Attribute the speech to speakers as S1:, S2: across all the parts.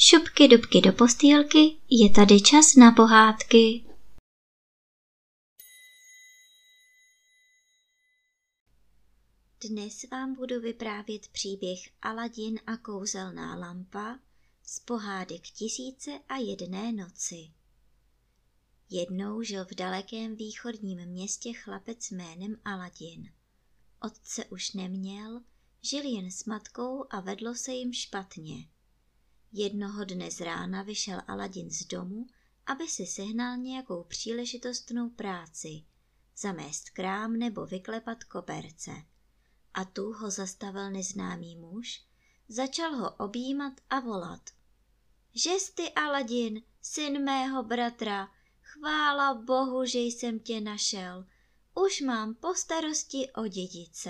S1: Šupky dubky do postýlky, je tady čas na pohádky. Dnes vám budu vyprávět příběh Aladin a kouzelná lampa z pohádek 1001 noci. Jednou žil v dalekém východním městě chlapec jménem Aladin. Otce už neměl, žil jen s matkou a vedlo se jim špatně. Jednoho dne z rána vyšel Aladin z domu, aby si sehnal nějakou příležitostnou práci, zamést krám nebo vyklepat koberce. A tu ho zastavil neznámý muž, začal ho objímat a volat. Že jsi Aladin, syn mého bratra, chvála Bohu, že jsem tě našel, už mám po starosti o dědice.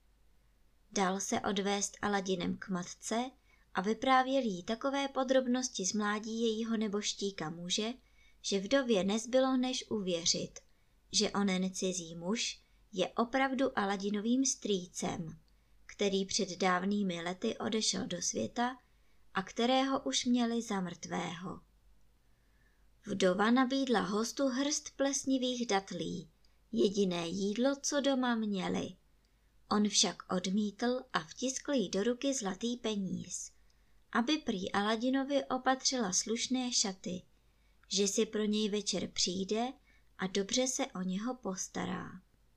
S1: Dal se odvést Aladinem k matce a vyprávěl jí takové podrobnosti z mládí jejího neboštíka muže, že vdově nezbylo než uvěřit, že onen cizí muž je opravdu Aladinovým strýcem, který před dávnými lety odešel do světa a kterého už měli za mrtvého. Vdova nabídla hostu hrst plesnivých datlí, jediné jídlo, co doma měli. On však odmítl a vtiskl jí do ruky zlatý peníz, aby prý Aladinovi opatřila slušné šaty, že si pro něj večer přijde a dobře se o něho postará.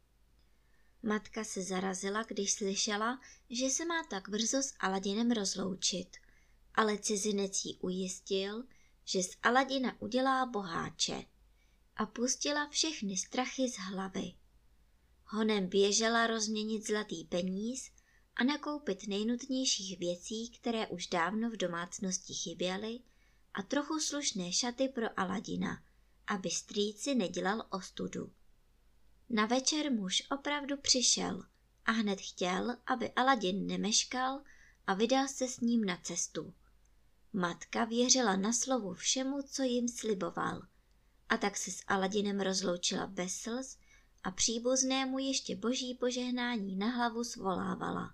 S1: Matka se zarazila, když slyšela, že se má tak brzo s Aladinem rozloučit, ale cizinec jí ujistil, že z Aladina udělá boháče a pustila všechny strachy z hlavy. Honem běžela rozměnit zlatý peníz a nakoupit nejnutnějších věcí, které už dávno v domácnosti chyběly, a trochu slušné šaty pro Aladina, aby strýci nedělal ostudu. Na večer muž opravdu přišel a hned chtěl, aby Aladin nemeškal a vydal se s ním na cestu. Matka věřila na slovo všemu, co jim sliboval, a tak se s Aladinem rozloučila bez slz a příbuznému ještě boží požehnání na hlavu svolávala.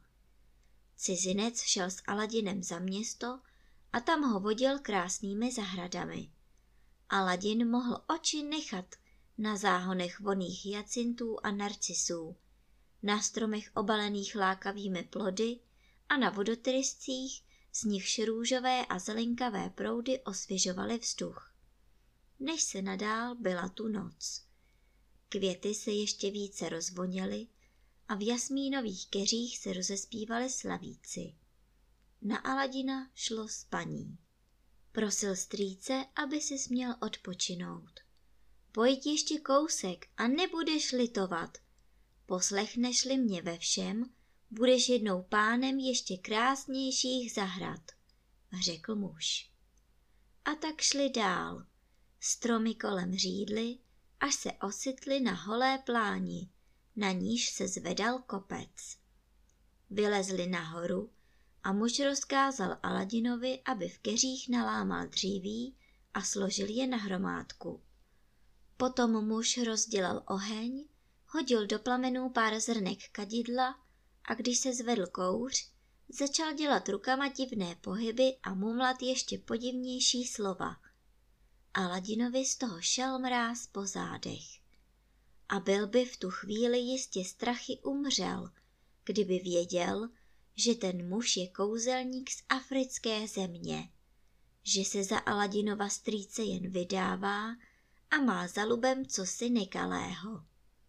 S1: Cizinec šel s Aladinem za město a tam ho vodil krásnými zahradami. Aladin mohl oči nechat na záhonech vonných hyacintů a narcisů, na stromech obalených lákavými plody a na vodotryscích, z nichž růžové a zelenkavé proudy osvěžovaly vzduch. Než se nadál, byla tu noc. Květy se ještě více rozvoněly a v jasmínových keřích se rozespívali slavíci. Na Aladina šlo spaní. Prosil strýce, aby si směl odpočinout. Pojď ještě kousek a nebudeš litovat. Poslechneš-li mě ve všem, budeš jednou pánem ještě krásnějších zahrad, řekl muž. A tak šli dál. Stromy kolem řídly, až se ocitli na holé pláni, na níž se zvedal kopec. Vylezli nahoru a muž rozkázal Aladinovi, aby v keřích nalámal dříví a složil je na hromádku. Potom muž rozdělal oheň, hodil do plamenů pár zrnek kadidla a když se zvedl kouř, začal dělat rukama divné pohyby a mumlat ještě podivnější slova. Aladinovi z toho šel mráz po zádech. A byl by v tu chvíli jistě strachy umřel, kdyby věděl, že ten muž je kouzelník z africké země, že se za Aladinova strýce jen vydává a má za lubem cosi nekalého.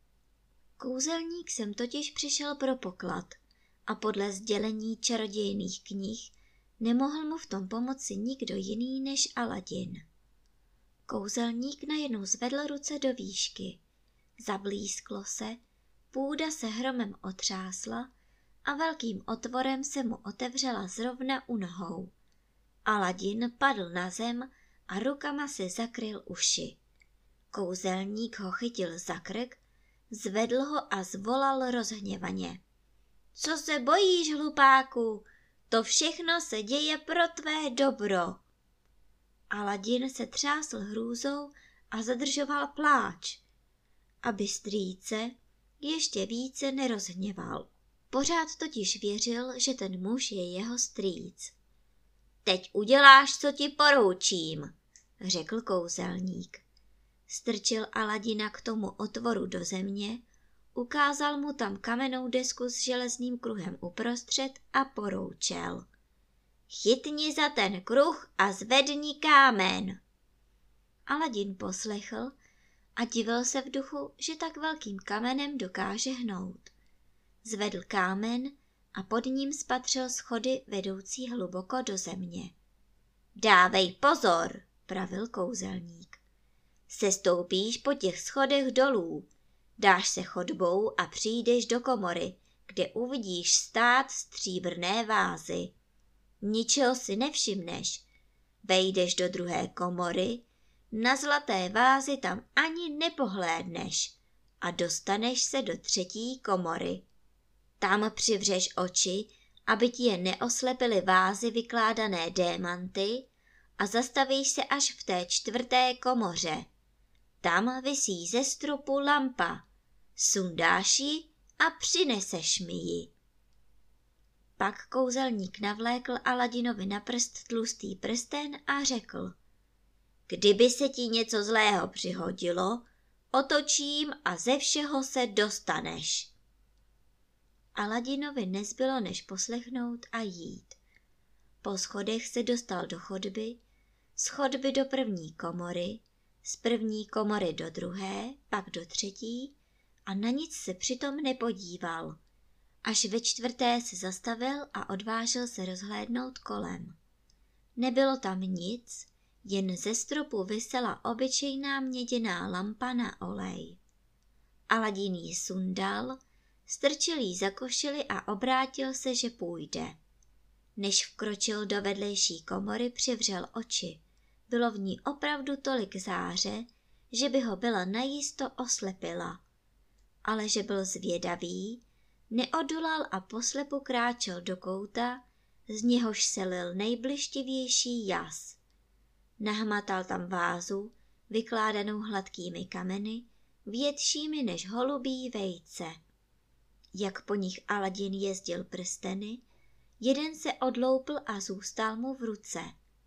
S1: Kouzelník sem totiž přišel pro poklad a podle sdělení čarodějných knih nemohl mu v tom pomoci nikdo jiný než Aladin. Kouzelník najednou zvedl ruce do výšky. Zablísklo se, půda se hromem otřásla a velkým otvorem se mu otevřela zrovna u nohou. Aladin padl na zem a rukama si zakryl uši. Kouzelník ho chytil za krk, zvedl ho a zvolal rozhněvaně. Co se bojíš, hlupáku? To všechno se děje pro tvé dobro. Aladin se třásl hrůzou a zadržoval pláč, aby strýce ještě více nerozhněval. Pořád totiž věřil, že ten muž je jeho strýc. teď uděláš, co ti poroučím, řekl kouzelník. Strčil Aladina k tomu otvoru do země, ukázal mu tam kamennou desku s železným kruhem uprostřed a poroučel. Chytni za ten kruh a zvedni kámen. Aladin poslechl a divil se v duchu, že tak velkým kamenem dokáže hnout. Zvedl kámen a pod ním spatřil schody vedoucí hluboko do země. Dávej pozor, pravil kouzelník. Sestoupíš po těch schodech dolů, dáš se chodbou a přijdeš do komory, kde uvidíš stát stříbrné vázy. Ničeho si nevšimneš. Vejdeš do druhé komory, na zlaté vázy tam ani nepohlédneš a dostaneš se do třetí komory. Tam přivřeš oči, aby ti je neoslepily vázy vykládané démanty a zastavíš se až v té čtvrté komoře. Tam visí ze stropu lampa. Sundáš ji a přineseš mi ji. Pak kouzelník navlékl Aladinovi na prst tlustý prsten a řekl. Kdyby se ti něco zlého přihodilo, otočím a ze všeho se dostaneš. Aladinovi nezbylo než poslechnout a jít. Po schodech se dostal do chodby, z chodby do první komory, z první komory do druhé, pak do třetí a na nic se přitom nepodíval. Až ve čtvrté se zastavil a odvážil se rozhlédnout kolem. Nebylo tam nic, jen ze stropu visela obyčejná měděná lampa na olej. Aladin ji sundal, strčil ji za košili a obrátil se, že půjde. Než vkročil do vedlejší komory, přivřel oči. Bylo v ní opravdu tolik záře, že by ho byla najisto oslepila. Ale že byl zvědavý, neodolal a poslepu kráčel do kouta, z něhož se lil nejblištivější jas. Nahmatal tam vázu, vykládanou hladkými kameny, většími než holubí vejce. Jak po nich Aladin jezdil prsteny, jeden se odloupl a zůstal mu v ruce.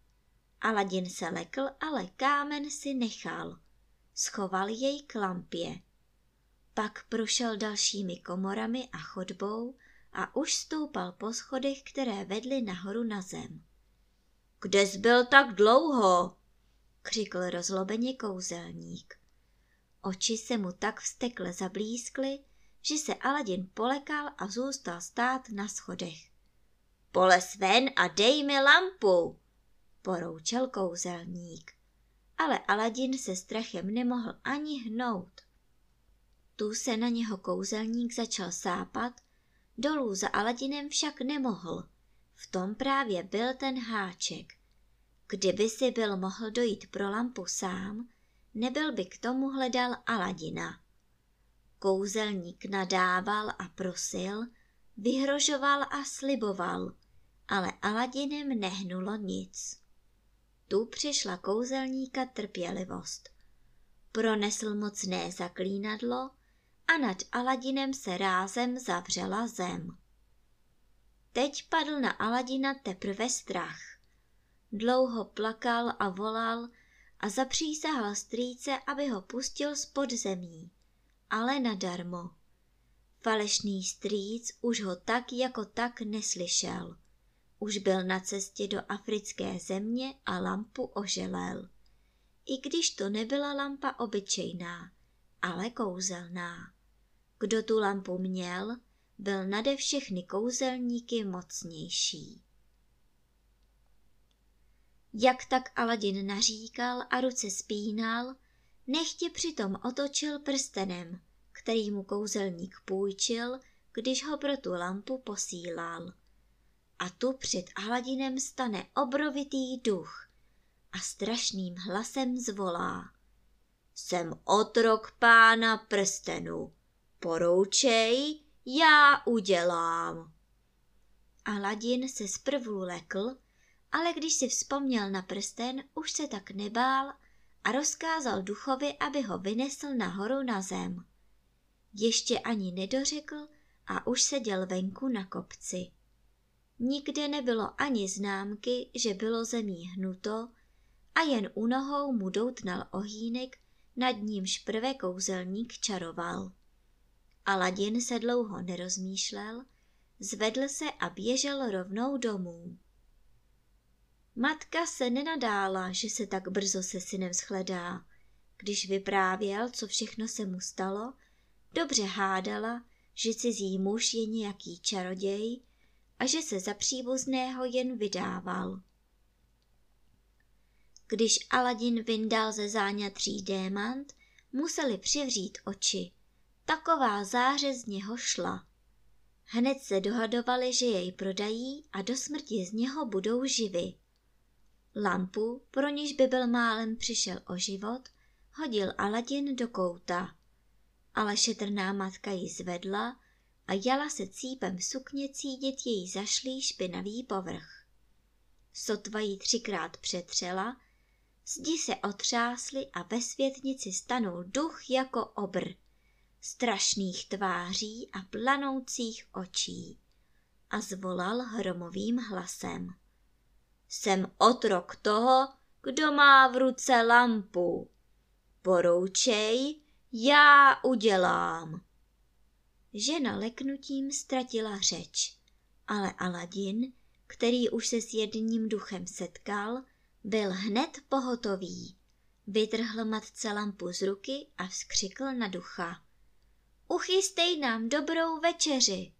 S1: Aladin se lekl, ale kámen si nechal. Schoval jej k lampě. Pak prošel dalšími komorami a chodbou a už stoupal po schodech, které vedly nahoru na zem. Kdes byl tak dlouho? Křikl rozlobeně kouzelník. Oči se mu tak vztekle zablískly, že se Aladin polekal a zůstal stát na schodech. Polez ven a dej mi lampu, poroučel kouzelník. Ale Aladin se strachem nemohl ani hnout. Tu se na něho kouzelník začal sápat, dolů za Aladinem však nemohl. V tom právě byl ten háček. Kdyby si byl mohl dojít pro lampu sám, nebyl by k tomu hledal Aladina. Kouzelník nadával a prosil, vyhrožoval a sliboval, ale Aladinem nehnulo nic. Tu přišla kouzelníka trpělivost. Pronesl mocné zaklínadlo a nad Aladinem se rázem zavřela zem. Teď padl na Aladina teprve strach. Dlouho plakal a volal a zapřísahal strýce, aby ho pustil z podzemí, ale nadarmo. Falešný strýc už ho tak jako tak neslyšel. Už byl na cestě do africké země a lampu oželel. I když to nebyla lampa obyčejná, ale kouzelná. Kdo tu lampu měl, byl nade všechny kouzelníky mocnější. Jak tak Aladin naříkal a ruce spínal, nechtě přitom otočil prstenem, který mu kouzelník půjčil, když ho pro tu lampu posílal. A tu před Aladinem stane obrovitý duch a strašným hlasem zvolá. Jsem otrok pána prstenu, poroučej, já udělám. Aladin se zprvu lekl, ale když si vzpomněl na prsten, už se tak nebál a rozkázal duchovi, aby ho vynesl nahoru na zem. Ještě ani nedořekl a už seděl venku na kopci. Nikde nebylo ani známky, že bylo zemí hnuto, a jen u nohou mu doutnal ohýnek, nad nímž prve kouzelník čaroval. Aladin se dlouho nerozmýšlel, zvedl se a běžel rovnou domů. Matka se nenadála, že se tak brzo se synem shledá. Když vyprávěl, co všechno se mu stalo, dobře hádala, že cizí muž je nějaký čaroděj a že se za příbuzného jen vydával. Když Aladin vyndal ze záňatří démant, museli přivřít oči. Taková záře z něho šla. Hned se dohadovali, že jej prodají a do smrti z něho budou živi. Lampu, pro níž by byl málem přišel o život, hodil Aladin do kouta. Ale šetrná matka ji zvedla a jala se cípem sukně cídit její zašlý špinavý povrch. Sotva ji 3krát přetřela, zdi se otřásly a ve světnici stanul duch jako obr, strašných tváří a planoucích očí, a zvolal hromovým hlasem. Jsem otrok toho, kdo má v ruce lampu. Poroučej, já udělám. Žena leknutím ztratila řeč, ale Aladin, který už se s jedním duchem setkal, byl hned pohotový. Vytrhl matce lampu z ruky a vzkřikl na ducha. Uchystej nám dobrou večeři.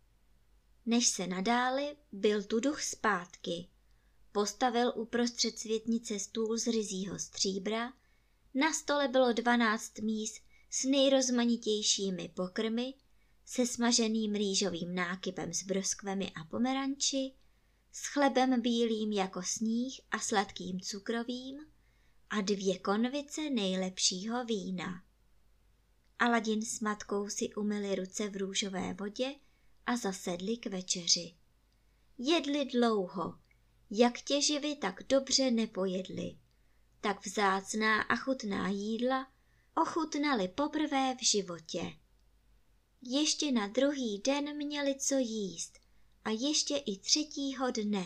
S1: Než se nadáli, byl tu duch zpátky. Postavil uprostřed světnice stůl z ryzího stříbra, na stole bylo 12 míz s nejrozmanitějšími pokrmy, se smaženým rýžovým nákypem s broskvemi a pomeranči, s chlebem bílým jako sníh a sladkým cukrovým a 2 konvice nejlepšího vína. Aladin s matkou si umyli ruce v růžové vodě a zasedli k večeři. Jedli dlouho, jak těživy tak dobře nepojedli. Tak vzácná a chutná jídla ochutnali poprvé v životě. Ještě na druhý den měli co jíst a ještě i 3. dne.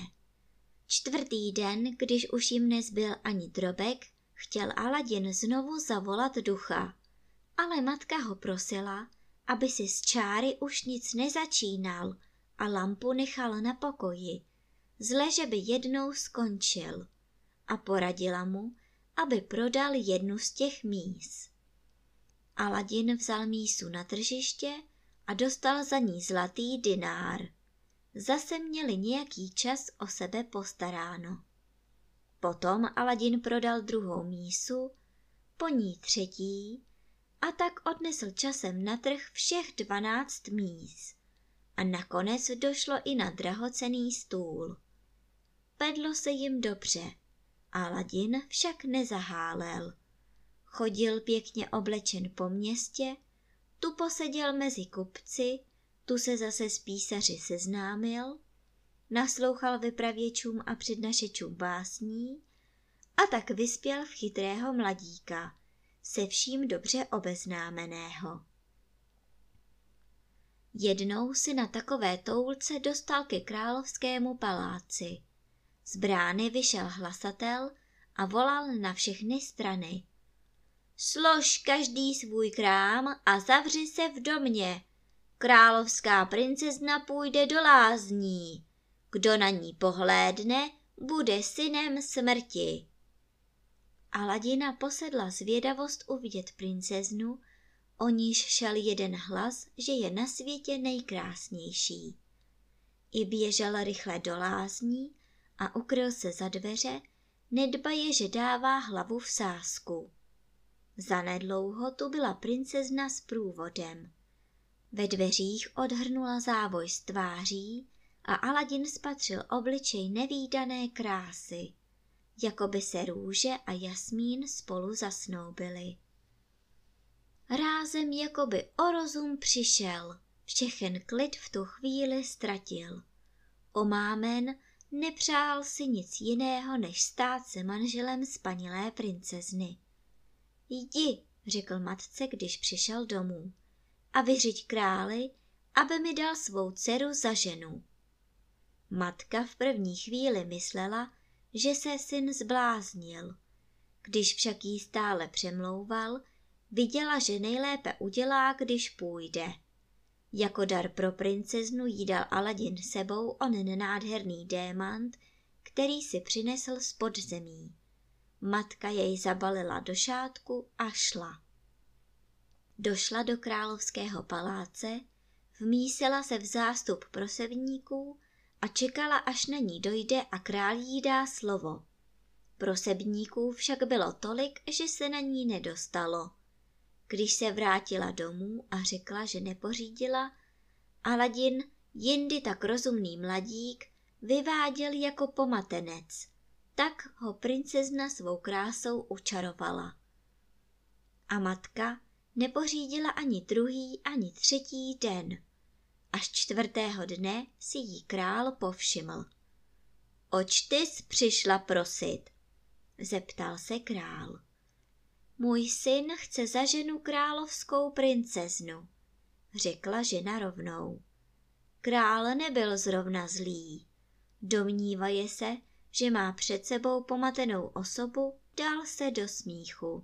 S1: 4. den, když už jim nezbyl ani drobek, chtěl Aladin znovu zavolat ducha, ale matka ho prosila, aby si z čáry už nic nezačínal a lampu nechal na pokoji, zle, že by jednou skončil, a poradila mu, aby prodal jednu z těch míz. Aladin vzal mísu na tržiště a dostal za ní zlatý dinár. Zase měli nějaký čas o sebe postaráno. Potom Aladin prodal 2. mísu, po ní 3. a tak odnesl časem na trh všech 12 míz. A nakonec došlo i na drahocenný stůl. Pedlo se jim dobře, Aladin však nezahálel. Chodil pěkně oblečen po městě, tu poseděl mezi kupci, tu se zase s písaři seznámil, naslouchal vypravěčům a přednašečům básní a tak vyspěl v chytrého mladíka, se vším dobře obeznámeného. Jednou si na takové toulce dostal ke královskému paláci. Z brány vyšel hlasatel a volal na všechny strany. Slož každý svůj krám a zavři se v domě. Královská princezna půjde do lázní. Kdo na ní pohlédne, bude synem smrti. Aladina posedla zvědavost uvidět princeznu, o níž šel jeden hlas, že je na světě nejkrásnější. I běžel rychle do lázní a ukryl se za dveře, nedbaje, že dává hlavu v sázku. Zanedlouho tu byla princezna s průvodem. Ve dveřích odhrnula závoj z tváří a Aladin spatřil obličej nevídané krásy, jako by se růže a jasmín spolu zasnoubily. Rázem jakoby o rozum přišel, všechen klid v tu chvíli ztratil. Omámen nepřál si nic jiného, než stát se manželem spanilé princezny. Jdi, řekl matce, když přišel domů, a vyřiď králi, aby mi dal svou dceru za ženu. Matka v první chvíli myslela, že se syn zbláznil. Když však jí stále přemlouval, viděla, že nejlépe udělá, když půjde. Jako dar pro princeznu jí dal Aladin sebou onen nádherný démant, který si přinesl z podzemí. Matka jej zabalila do šátku a šla. Došla do královského paláce, vmísila se v zástup prosebníků a čekala, až na ní dojde a král jí dá slovo. Prosebníků však bylo tolik, že se na ní nedostalo. Když se vrátila domů a řekla, že nepořídila, Aladin, jindy tak rozumný mladík, vyváděl jako pomatenec. Tak ho princezna svou krásou učarovala. A matka nepořídila ani druhý, ani třetí den. Až čtvrtého dne si jí král povšiml. Oč tys přišla prosit? Zeptal se král. Můj syn chce za ženu královskou princeznu, řekla žena rovnou. Král nebyl zrovna zlý. Domnívaje se, že má před sebou pomatenou osobu, dal se do smíchu.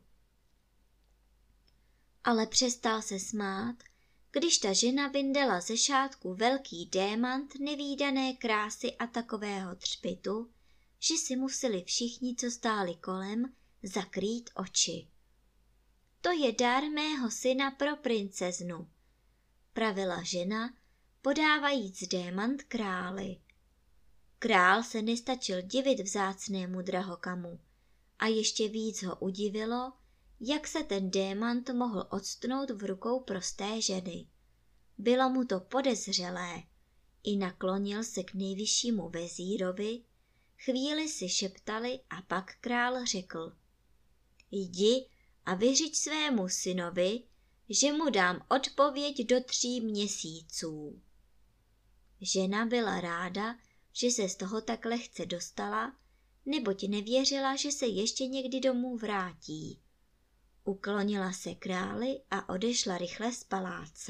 S1: Ale přestal se smát, když ta žena vyndala ze šátku velký démant nevídané krásy a takového třpitu, že si museli všichni, co stáli kolem, zakrýt oči. To je dar mého syna pro princeznu, pravila žena, podávajíc démant králi. Král se nestačil divit vzácnému drahokamu a ještě víc ho udivilo, jak se ten démant mohl odstnout v rukou prosté ženy. Bylo mu to podezřelé. I naklonil se k nejvyššímu vezírovi, chvíli si šeptali a pak král řekl. Jdi a vyřiď svému synovi, že mu dám odpověď do 3 měsíců. Žena byla ráda, že se z toho tak lehce dostala, neboť nevěřila, že se ještě někdy domů vrátí. Uklonila se králi a odešla rychle z paláce.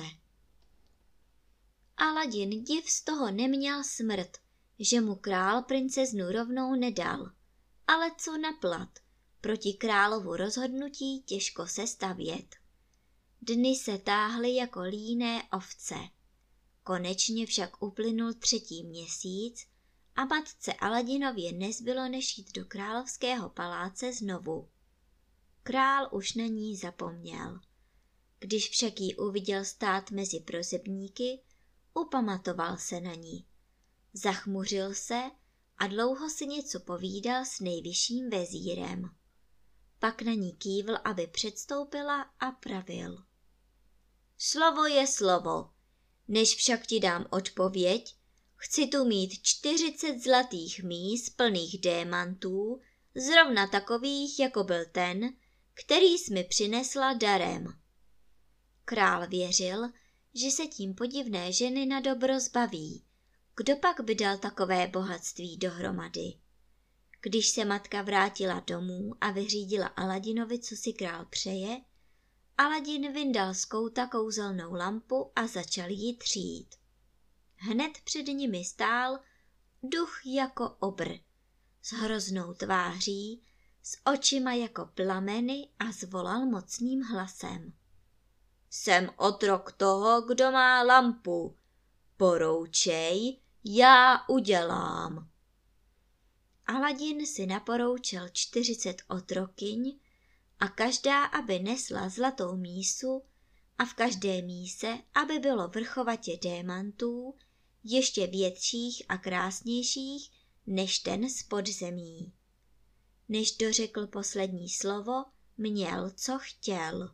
S1: Aladin div z toho neměl smrt, že mu král princeznu rovnou nedal. Ale co naplat, proti královu rozhodnutí těžko se stavět. Dny se táhly jako líné ovce. Konečně však uplynul 3. měsíc a matce Aladinově nezbylo než jít do královského paláce znovu. Král už na ní zapomněl. Když však ji uviděl stát mezi prosebníky, upamatoval se na ní. Zachmuřil se a dlouho si něco povídal s nejvyšším vezírem. Pak na ní kývl, aby předstoupila a pravil. Slovo je slovo. Než však ti dám odpověď, chci tu mít 40 zlatých mís plných démantů, zrovna takových, jako byl ten, který jsi mi přinesla darem. Král věřil, že se tím podivné ženy na dobro zbaví. Kdo pak by dal takové bohatství dohromady? Když se matka vrátila domů a vyřídila Aladinovi, co si král přeje, Aladin vyndal z kouta kouzelnou lampu a začal ji třít. Hned před nimi stál duch jako obr, s hroznou tváří, s očima jako plameny a zvolal mocným hlasem. Jsem otrok toho, kdo má lampu. Poroučej, já udělám. Aladin si naporoučel 40 otrokyň a každá, aby nesla zlatou mísu a v každé míse, aby bylo vrchovatě démantů, ještě větších a krásnějších než ten z podzemí. Než dořekl poslední slovo, měl, co chtěl.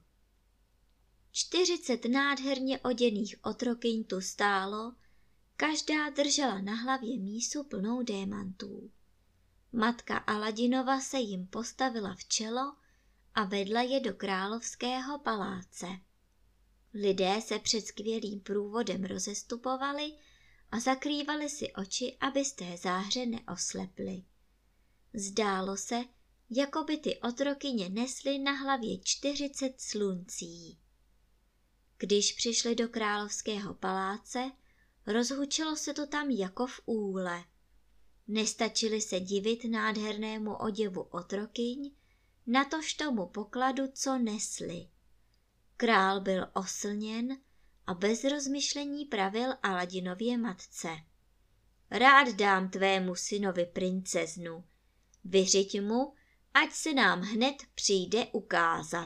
S1: 40 nádherně oděných otrokyň tu stálo, každá držela na hlavě mísu plnou démantů. Matka Aladinova se jim postavila v čelo a vedla je do královského paláce. Lidé se před skvělým průvodem rozestupovali a zakrývali si oči, aby z té záře neoslepli. Zdálo se, jako by ty otrokyně nesly na hlavě 40 sluncí. Když přišli do královského paláce, rozhučilo se to tam jako v úle. Nestačili se divit nádhernému oděvu otrokyň, natož tomu pokladu, co nesli. Král byl oslněn a bez rozmyšlení pravil Aladinově matce. Rád dám tvému synovi princeznu. Vyřiď mu, ať se nám hned přijde ukázat.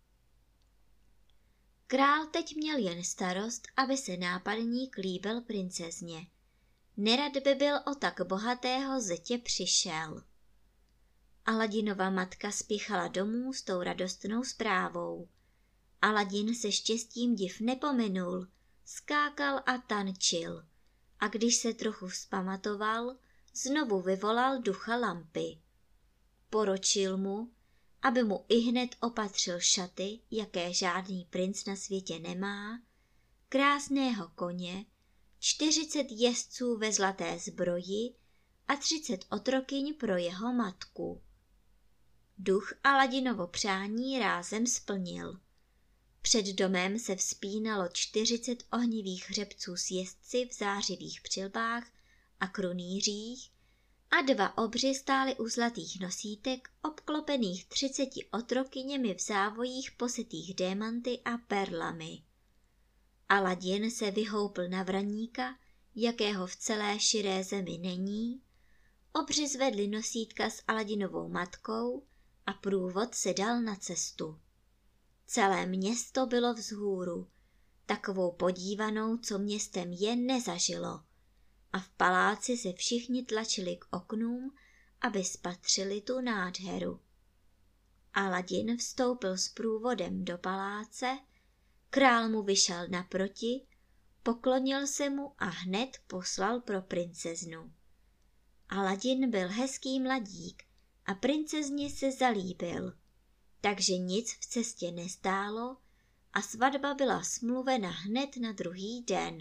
S1: Král teď měl jen starost, aby se nápadník líbil princezně. Nerad by byl o tak bohatého zetě přišel. Aladinova matka spěchala domů s tou radostnou zprávou. Aladin se štěstím div nepominul, skákal a tančil. A když se trochu vzpamatoval, znovu vyvolal ducha lampy. Poročil mu, aby mu ihned opatřil šaty, jaké žádný princ na světě nemá, krásného koně, 40 jezdců ve zlaté zbroji a 30 otrokyň pro jeho matku. Duch Aladinovo přání rázem splnil. Před domem se vzpínalo 40 ohnivých hřebců s jezdci v zářivých přilbách a krunýřích a 2 obři stály u zlatých nosítek obklopených 30 otrokyněmi v závojích posytých démanty a perlami. Aladin se vyhoupl na vraníka, jakého v celé širé zemi není, obři zvedli nosítka s Aladinovou matkou a průvod se dal na cestu. Celé město bylo vzhůru, takovou podívanou, co městem jen nezažilo, a v paláci se všichni tlačili k oknům, aby spatřili tu nádheru. Aladin vstoupil s průvodem do paláce, král mu vyšel naproti, poklonil se mu a hned poslal pro princeznu. Aladin byl hezký mladík a princezně se zalíbil, takže nic v cestě nestálo a svatba byla smluvena hned na druhý den.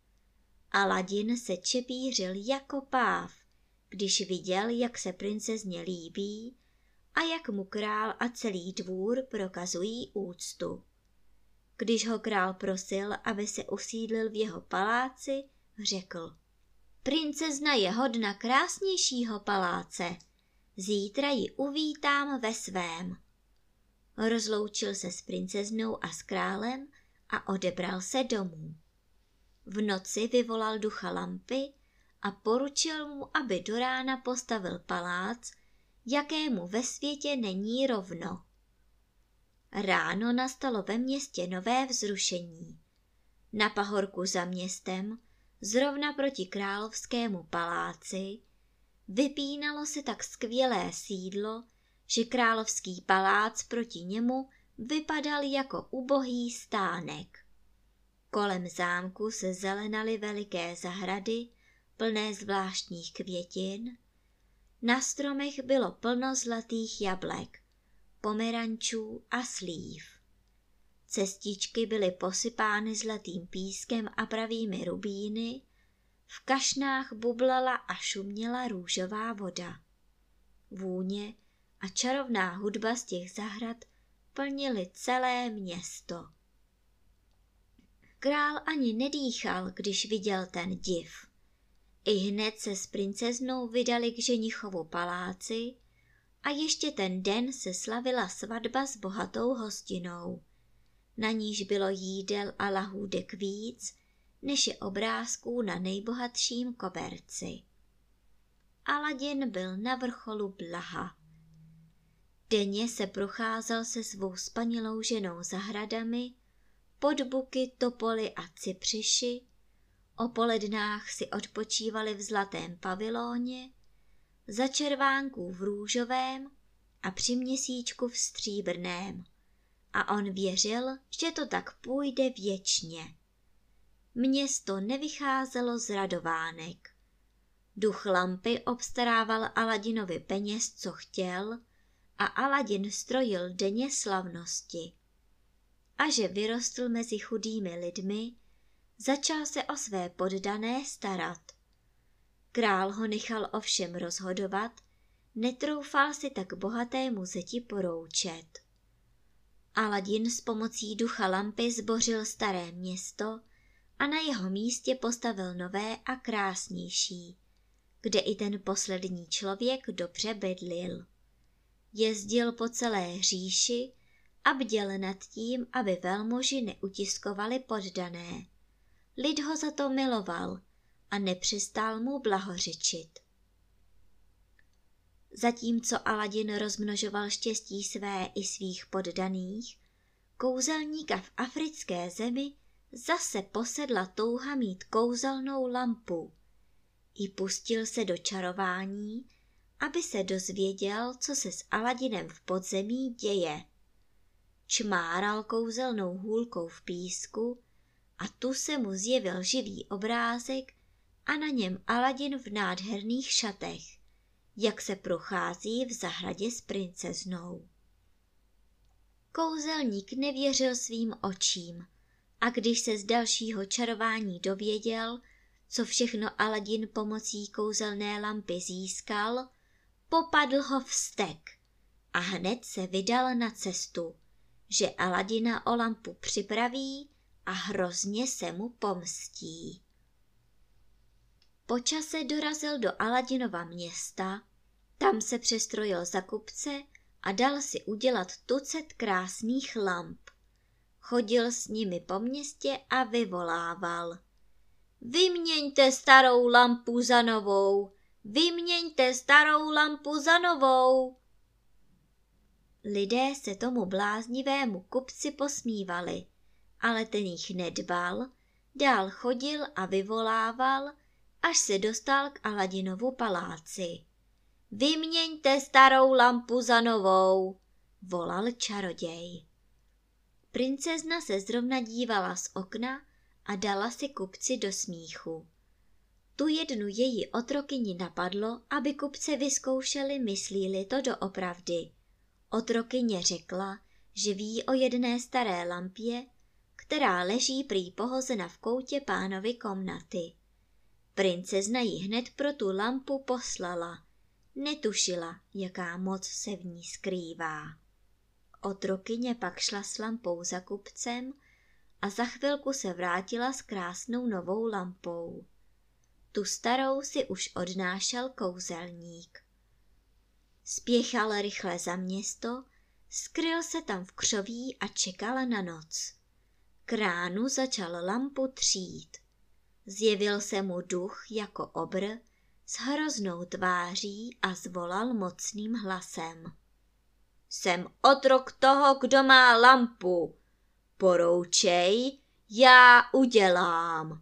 S1: Aladin se čepířil jako páv, když viděl, jak se princezně líbí a jak mu král a celý dvůr prokazují úctu. Když ho král prosil, aby se usídlil v jeho paláci, řekl: Princezna je hodna krásnějšího paláce, zítra ji uvítám ve svém. Rozloučil se s princeznou a s králem a odebral se domů. V noci vyvolal ducha lampy a poručil mu, aby do rána postavil palác, jakému ve světě není rovno. Ráno nastalo ve městě nové vzrušení. Na pahorku za městem, zrovna proti královskému paláci, vypínalo se tak skvělé sídlo, že královský palác proti němu vypadal jako ubohý stánek. Kolem zámku se zelenaly veliké zahrady, plné zvláštních květin. Na stromech bylo plno zlatých jablek, pomerančů a slív. Cestičky byly posypány zlatým pískem a pravými rubíny, v kašnách bublala a šuměla růžová voda. Vůně a čarovná hudba z těch zahrad plnily celé město. Král ani nedýchal, když viděl ten div. Ihned se s princeznou vydali k ženichovu paláci a ještě ten den se slavila svatba s bohatou hostinou. Na níž bylo jídel a lahůdek víc, než je obrázků na nejbohatším koberci. Aladin byl na vrcholu blaha. Denně se procházel se svou spanilou ženou zahradami, pod buky, topoly a cypřiši, o polednách si odpočívali v zlatém pavilóně, za červánků v růžovém a při měsíčku v stříbrném. A on věřil, že to tak půjde věčně. Město nevycházelo z radovánek. Duch lampy obstarával Aladinovi peněz, co chtěl, a Aladin strojil denně slavnosti. A že vyrostl mezi chudými lidmi, začal se o své poddané starat. Král ho nechal ovšem rozhodovat, netroufal si tak bohatému zeti poroučet. Aladin s pomocí ducha lampy zbořil staré město a na jeho místě postavil nové a krásnější, kde i ten poslední člověk dobře bydlil. Jezdil po celé říši a bděl nad tím, aby velmoži neutiskovali poddané. Lid ho za to miloval a nepřestal mu blahořečit. Zatímco Aladin rozmnožoval štěstí své i svých poddaných, kouzelníka v africké zemi zase posedla touha mít kouzelnou lampu. I pustil se do čarování, aby se dozvěděl, co se s Aladinem v podzemí děje. Čmáral kouzelnou hůlkou v písku a tu se mu zjevil živý obrázek a na něm Aladin v nádherných šatech, jak se prochází v zahradě s princeznou. Kouzelník nevěřil svým očím a když se z dalšího čarování dověděl, co všechno Aladin pomocí kouzelné lampy získal, popadl ho vztek a hned se vydal na cestu, že Aladina o lampu připraví a hrozně se mu pomstí. Po čase dorazil do Aladinova města, tam se přestrojil za kupce a dal si udělat tucet krásných lamp. Chodil s nimi po městě a vyvolával: Vyměňte starou lampu za novou, vyměňte starou lampu za novou. Lidé se tomu bláznivému kupci posmívali, ale ten jich nedbal, dál chodil a vyvolával, až se dostal k Aladinovu paláci. Vyměňte starou lampu za novou, volal čaroděj. Princezna se zrovna dívala z okna a dala si kupci do smíchu. Tu jednu její otrokyni napadlo, aby kupce vyzkoušeli, myslí-li to doopravdy. Otrokyně řekla, že ví o jedné staré lampě, která leží prý pohozena v koutě pánovy komnaty. Princezna ji hned pro tu lampu poslala. Netušila, jaká moc se v ní skrývá. Otrokyně pak šla s lampou za kupcem a za chvilku se vrátila s krásnou novou lampou. Tu starou si už odnášel kouzelník. Spěchal rychle za město, skryl se tam v křoví a čekal na noc. K ránu začal lampu třít. Zjevil se mu duch jako obr s hroznou tváří a zvolal mocným hlasem: Jsem otrok toho, kdo má lampu. Poroučej, já udělám.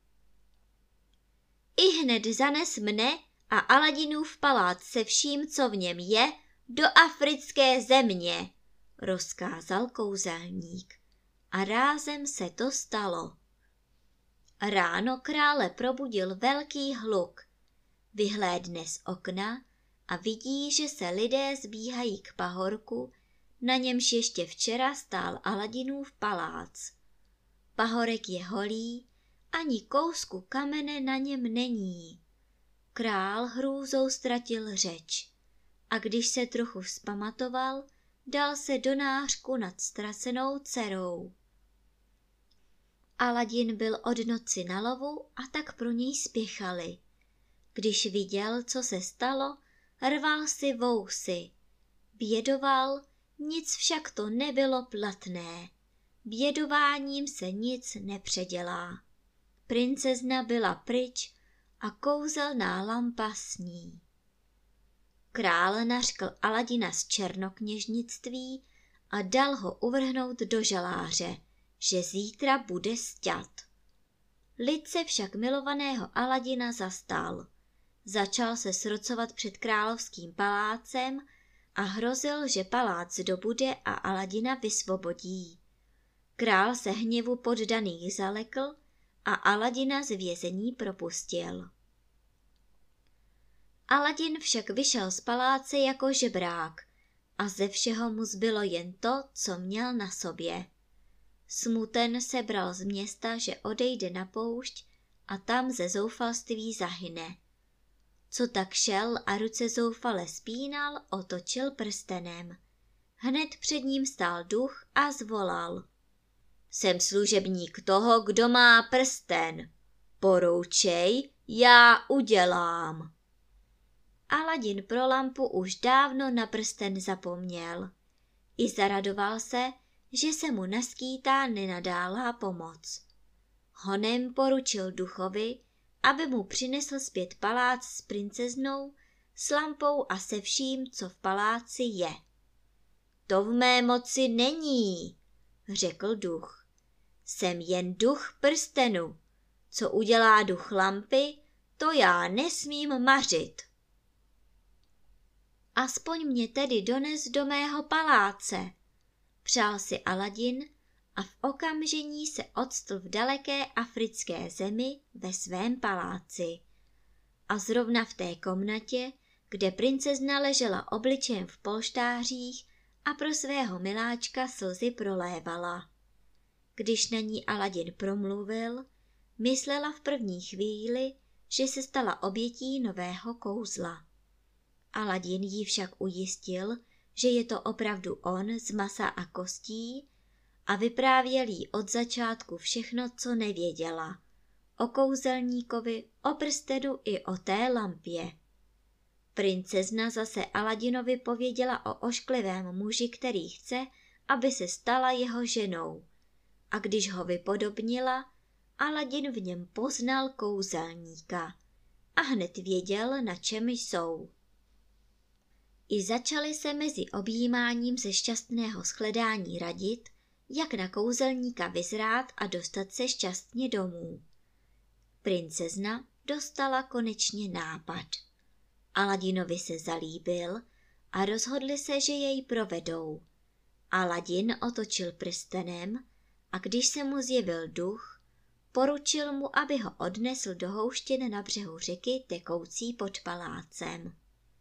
S1: Ihned zanes mne a Aladinův palác se vším, co v něm je, do africké země, rozkázal kouzelník. A rázem se to stalo. Ráno krále probudil velký hluk. Vyhlédne z okna a vidí, že se lidé zbíhají k pahorku, na němž ještě včera stál Aladinův palác. Pahorek je holý, ani kousku kamene na něm není. Král hrůzou ztratil řeč a když se trochu vzpamatoval, dal se do nářku nad ztracenou dcerou. Aladin byl od noci na lovu a tak pro něj spěchali. Když viděl, co se stalo, rval si vousy. Bědoval, nic však to nebylo platné. Bědováním se nic nepředělá. Princezna byla pryč a kouzelná lampa s ní. Král nařkl Aladina z černokněžnictví a dal ho uvrhnout do žaláře, že zítra bude sťat. Lid se však milovaného Aladina zastal. Začal se srocovat před královským palácem a hrozil, že palác dobude a Aladina vysvobodí. Král se hněvu poddaných zalekl a Aladina z vězení propustil. Aladin však vyšel z paláce jako žebrák a ze všeho mu zbylo jen to, co měl na sobě. Smuten se bral z města, že odejde na poušť a tam ze zoufalství zahyne. Co tak šel a ruce zoufale spínal, otočil prstenem. Hned před ním stál duch a zvolal: Jsem služebník toho, kdo má prsten. Poroučej, já udělám. Aladin pro lampu už dávno na prsten zapomněl. I zaradoval se, že se mu naskýtá nenadálá pomoc. Honem poručil duchovi, aby mu přinesl zpět palác s princeznou, s lampou a se vším, co v paláci je. To v mé moci není, řekl duch. Jsem jen duch prstenu. Co udělá duch lampy, to já nesmím mařit. Aspoň mě tedy dones do mého paláce, přál si Aladin a v okamžení se octl v daleké africké zemi ve svém paláci. A zrovna v té komnatě, kde princezna ležela obličejem v polštářích a pro svého miláčka slzy prolévala. Když na ní Aladin promluvil, myslela v první chvíli, že se stala obětí nového kouzla. Aladin jí však ujistil, že je to opravdu on z masa a kostí a vyprávěl jí od začátku všechno, co nevěděla. O kouzelníkovi, o prstenu i o té lampě. Princezna zase Aladinovi pověděla o ošklivém muži, který chce, aby se stala jeho ženou. A když ho vypodobnila, Aladin v něm poznal kouzelníka a hned věděl, na čem jsou. I začali se mezi objímáním ze šťastného shledání radit, jak na kouzelníka vyzrát a dostat se šťastně domů. Princezna dostala konečně nápad. Aladinovi se zalíbil a rozhodli se, že jej provedou. Aladin otočil prstenem a když se mu zjevil duch, poručil mu, aby ho odnesl do houštin na břehu řeky tekoucí pod palácem.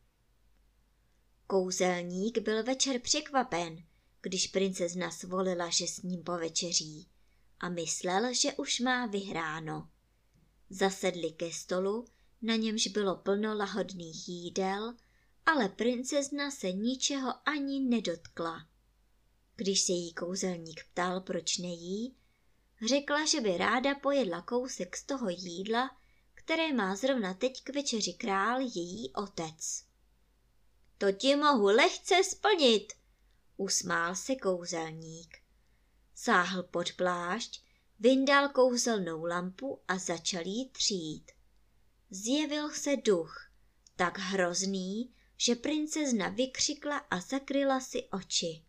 S1: Kouzelník byl večer překvapen, když princezna svolila, že s ním povečeří a myslel, že už má vyhráno. Zasedli ke stolu, na němž bylo plno lahodných jídel, ale princezna se ničeho ani nedotkla. Když se jí kouzelník ptal, proč nejí, řekla, že by ráda pojedla kousek z toho jídla, které má zrovna teď k večeři král její otec. To ti mohu lehce splnit, usmál se kouzelník. Sáhl pod plášť, vyndal kouzelnou lampu a začal jí třít. Zjevil se duch, tak hrozný, že princezna vykřikla a zakryla si oči.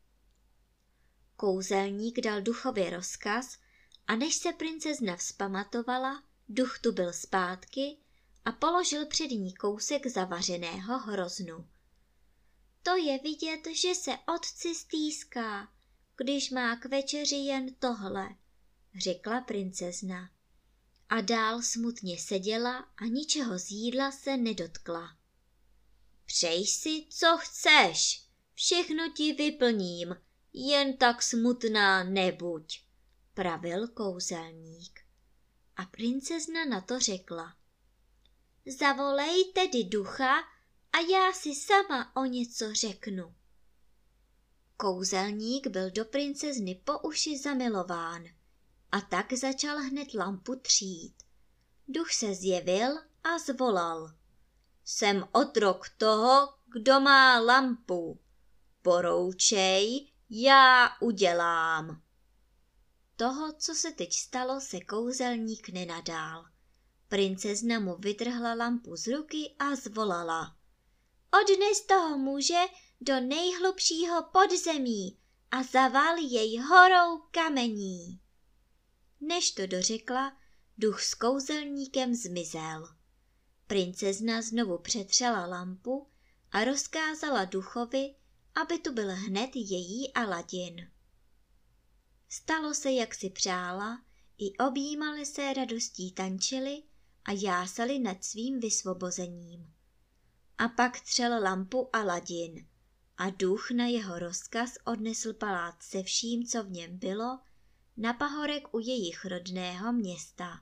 S1: Kouzelník dal duchovi rozkaz a než se princezna vzpamatovala, duch tu byl zpátky a položil před ní kousek zavařeného hroznu. To je vidět, že se otci stýská, když má k večeři jen tohle, řekla princezna. A dál smutně seděla a ničeho z jídla se nedotkla. Přej si, co chceš, všechno ti vyplním, jen tak smutná nebuď, pravil kouzelník. A princezna na to řekla. Zavolej tedy ducha a já si sama o něco řeknu. Kouzelník byl do princezny po uši zamilován a tak začal hned lampu třít. Duch se zjevil a zvolal. Jsem otrok toho, kdo má lampu. Poroučej, já udělám. Toho, co se teď stalo, se kouzelník nenadál. Princezna mu vytrhla lampu z ruky a zvolala. Odnes toho muže do nejhlubšího podzemí a zaval jej horou kamení. Než to dořekla, duch s kouzelníkem zmizel. Princezna znovu přetřela lampu a rozkázala duchovi, aby tu byl hned její Aladin. Stalo se, jak si přála, i objímali se, radostí tančili a jásali nad svým vysvobozením. A pak třel lampu Aladin a duch na jeho rozkaz odnesl palác se vším, co v něm bylo, na pahorek u jejich rodného města.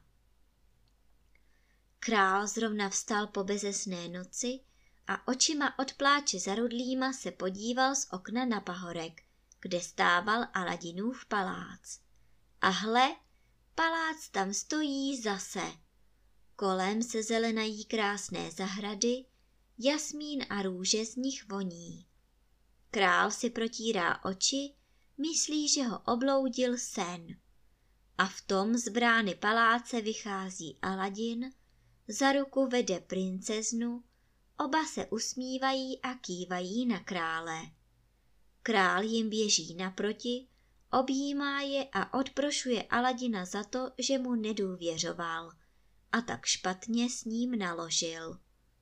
S1: Král zrovna vstal po bezesné noci a očima od pláče zarudlýma se podíval z okna na pahorek, kde stával Aladinův palác. A hle, palác tam stojí zase. Kolem se zelenají krásné zahrady, jasmín a růže z nich voní. Král si protírá oči, myslí, že ho obloudil sen. A v tom z brány paláce vychází Aladin, za ruku vede princeznu, oba se usmívají a kývají na krále. Král jim běží naproti, objímá je a odprošuje Aladina za to, že mu nedůvěřoval a tak špatně s ním naložil.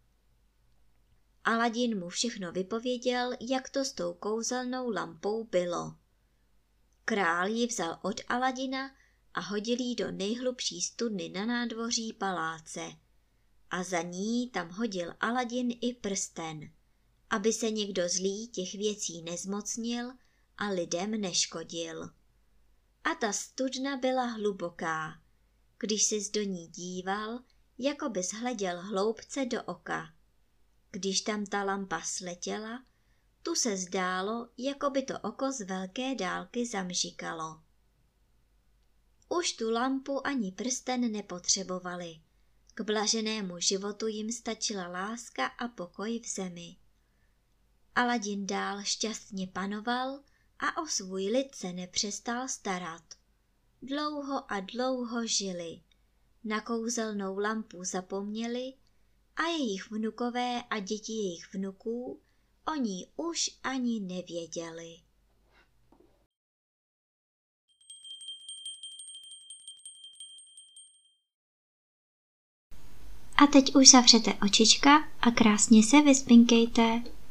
S1: Aladin mu všechno vypověděl, jak to s tou kouzelnou lampou bylo. Král ji vzal od Aladina a hodil ji do nejhlubší studny na nádvoří paláce. A za ní tam hodil Aladin i prsten, aby se někdo zlý těch věcí nezmocnil a lidem neškodil. A ta studna byla hluboká. Když ses do ní díval, jako bys hleděl hloubce do oka. Když tam ta lampa sletěla, tu se zdálo, jako by to oko z velké dálky zamžikalo. Už tu lampu ani prsten nepotřebovali. K blaženému životu jim stačila láska a pokoj v zemi. Aladin dál šťastně panoval a o svůj lid se nepřestal starat. Dlouho a dlouho žili, na kouzelnou lampu zapomněli a jejich vnukové a děti jejich vnuků o ní už ani nevěděli. A teď už zavřete očička a krásně se vyspinkejte.